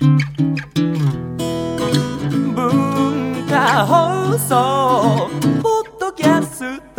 文化放送ポッドキャスト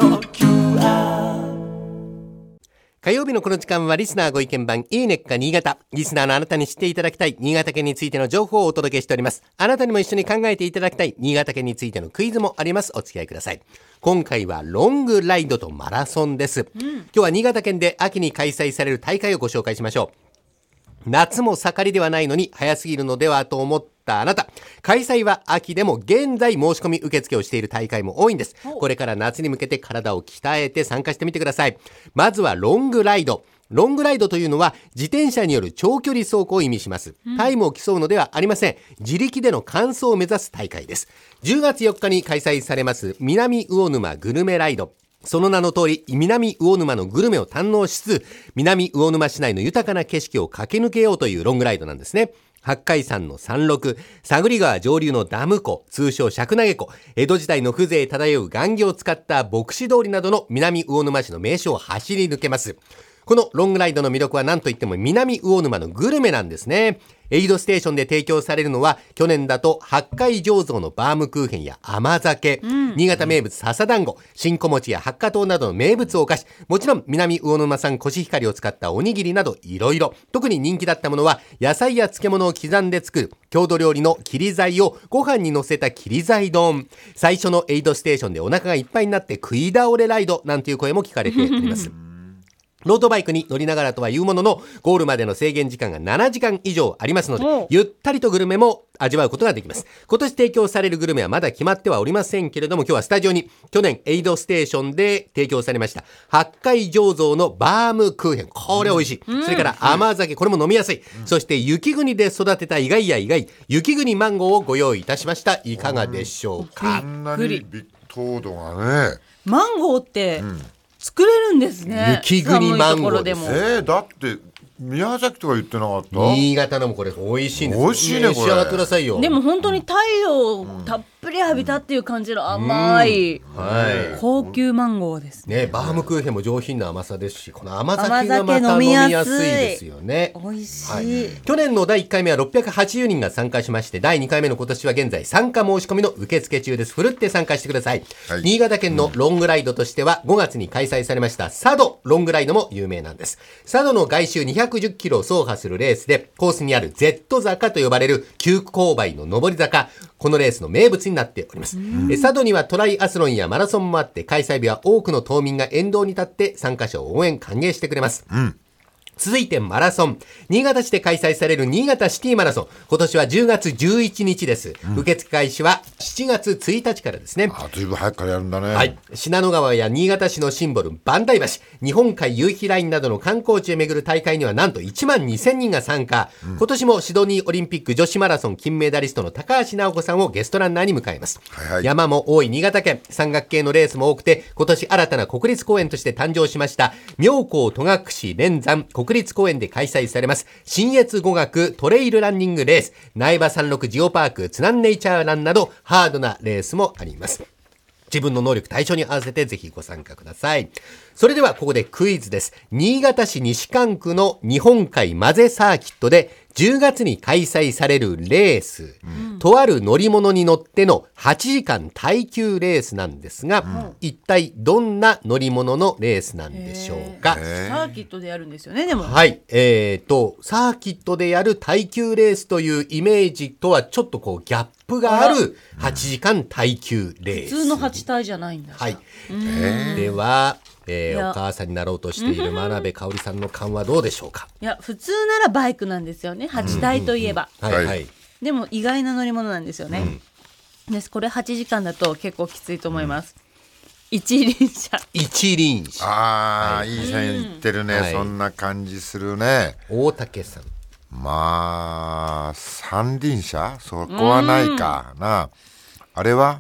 QR。 火曜日のこの時間はリスナーご意見番いいねっか新潟。リスナーのあなたに知っていただきたい新潟県についての情報をお届けしております。あなたにも一緒に考えていただきたい新潟県についてのクイズもあります。お付き合いください。今回はロングライドとマラソンです。今日は新潟県で秋に開催される大会をご紹介しましょう。夏も盛りではないのに早すぎるのではと思ったあなた、開催は秋でも現在申し込み受付をしている大会も多いんです。これから夏に向けて体を鍛えて参加してみてください。まずはロングライド。ロングライドというのは自転車による長距離走行を意味します。タイムを競うのではありません。自力での完走を目指す大会です。10月4日に開催されます南魚沼グルメライド。その名の通り、南魚沼のグルメを堪能しつつ、南魚沼市内の豊かな景色を駆け抜けようというロングライドなんですね。八海山の山麓、佐栗川上流のダム湖、通称釈投湖、江戸時代の風情漂う雁木を使った牧師通りなどの南魚沼市の名所を走り抜けます。このロングライドの魅力は何といっても南魚沼のグルメなんですね。エイドステーションで提供されるのは去年だと八海醸造のバームクーヘンや甘酒、新潟名物笹団子、新小餅や八花糖などの名物お菓子、もちろん南魚沼産コシヒカリを使ったおにぎりなどいろいろ。特に人気だったものは野菜や漬物を刻んで作る郷土料理の切り材をご飯に乗せた切り材丼。最初のエイドステーションでお腹がいっぱいになって食い倒れライドなんていう声も聞かれておりますロードバイクに乗りながらとはいうものの、ゴールまでの制限時間が7時間以上ありますので、ゆったりとグルメも味わうことができます。今年提供されるグルメはまだ決まってはおりませんけれども、今日はスタジオに去年エイドステーションで提供されました八海醸造のバームクーヘン、これ美味しい。それから甘酒、これも飲みやすい。そして雪国で育てた意外や意外雪国マンゴーをご用意いたしました。いかがでしょうか。 あんなに糖度がね、 マンゴーって、作れるんですね。 雪国マンゴーです。 だって宮崎とか言ってなかった？ 新潟のもこれ美味しいんですよ。 美味しいね、これ。 召し上がってくださいよ。 でも本当に太陽をたっぷり浴びたっていう感じの甘い、高級マンゴーですね。 バームクーヘンも上品な甘さですし、この甘酒がまた飲みやすいですよね。 美味しい。 去年の第1回目は680人が参加しまして、第2回目の今年は現在参加申し込みの受付中です。ふるって参加してください。新潟県のロングライドとしては5月に開催されました佐渡ロングライドも有名なんです。佐渡の外周210キロを走破するレースで、コースにある Z 坂と呼ばれる急勾配の上り坂、このレースの名物になっております。佐渡にはトライアスロンやマラソンもあって、開催日は多くの島民が沿道に立って参加者を応援歓迎してくれます。続いてマラソン。新潟市で開催される新潟シティマラソン。今年は10月11日です。受付開始は7月1日からですね。 ずいぶん早くからやるんだね。 はい。信濃川や新潟市のシンボル、磐梯橋、日本海夕日ラインなどの観光地へ巡る大会にはなんと1万2000人が参加。今年もシドニーオリンピック女子マラソン金メダリストの高橋尚子さんをゲストランナーに迎えます。山も多い新潟県、山岳系のレースも多くて、今年新たな国立公園として誕生しました、妙高戸隠連山国立公園で開催されます信越語学トレイルランニングレース、苗場山麓ジオパーク津南ネイチャーランなどハードなレースもあります。自分の能力対象に合わせてぜひご参加ください。それではここでクイズです。新潟市西蒲区の日本海マゼサーキットで10月に開催されるレース、とある乗り物に乗っての8時間耐久レースなんですが、一体どんな乗り物のレースなんでしょうか。 サーキットでやるんですよね。でもはい、サーキットでやる耐久レースというイメージとはちょっとこうギャップがある8時間耐久レース。 普通の8体じゃないんだ。 はい。では、お母さんになろうとしている真鍋かおりさんの勘はどうでしょうか。 いや、普通ならバイクなんですよね。8体といえば。 はいはい。 でも意外な乗り物なんですよね。これ8時間だと結構きついと思います。一輪車。 一輪車。 いい線いってるね。そんな感じするね。 大竹さん。 まあ三輪車、そこはないかな。あれは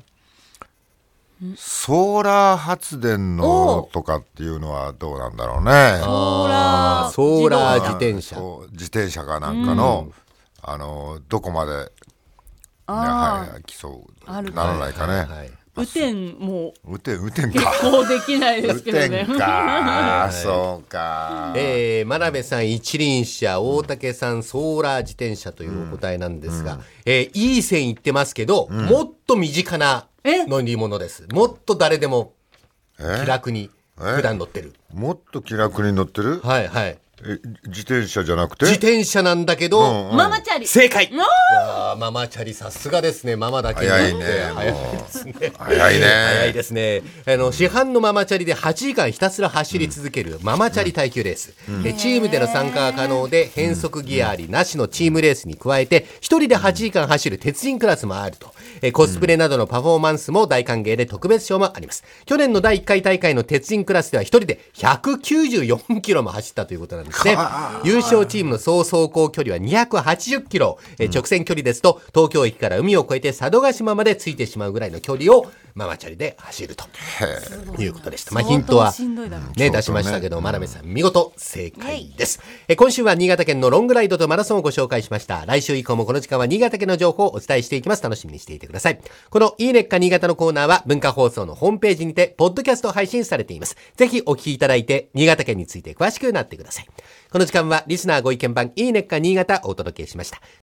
ソーラー発電のとかっていうのはどうなんだろうね。 ソーラー自転車、 自転車かなんかの、どこまで、競うならないかね。 雨天も雨天結か。 構できないですけど雨ね。 天か。そうか。 真鍋さん一輪車、大竹さんソーラー自転車というお答えなんですが、いい線いってますけど、もっと身近な乗り物です。もっと誰でも気楽に普段乗ってる。 もっと気楽に乗ってる？ はいはい。 自転車じゃなくて？ 自転車なんだけど、 ママチャリ。 正解。ママチャリさすがですね。ママだけに早いね。 早いですね。 早いね。 早いですね。市販のママチャリで8時間ひたすら走り続けるママチャリ耐久レース。チームでの参加が可能で変速ギアありなしのチームレースに加えて一人で8時間走る鉄人クラスもあると。コスプレなどのパフォーマンスも大歓迎で特別賞もあります。去年の第1回大会の鉄人クラスでは一人で194キロも走ったということなんですね。優勝チームの総走行距離は280キロ。直線距離ですと東京駅から海を越えて佐渡島までついてしまうぐらいの距離をママチャリで走るということでした。ヒントはね出しましたけど、真鍋さん見事正解です。今週は新潟県のロングライドとマラソンをご紹介しました。来週以降もこの時間は新潟県の情報をお伝えしていきます。楽しみにしていてください。このいいねっか新潟のコーナーは文化放送のホームページにてポッドキャスト配信されています。ぜひお聞きいただいて新潟県について詳しくなってください。この時間はリスナーご意見番いいねっか新潟をお届けしました。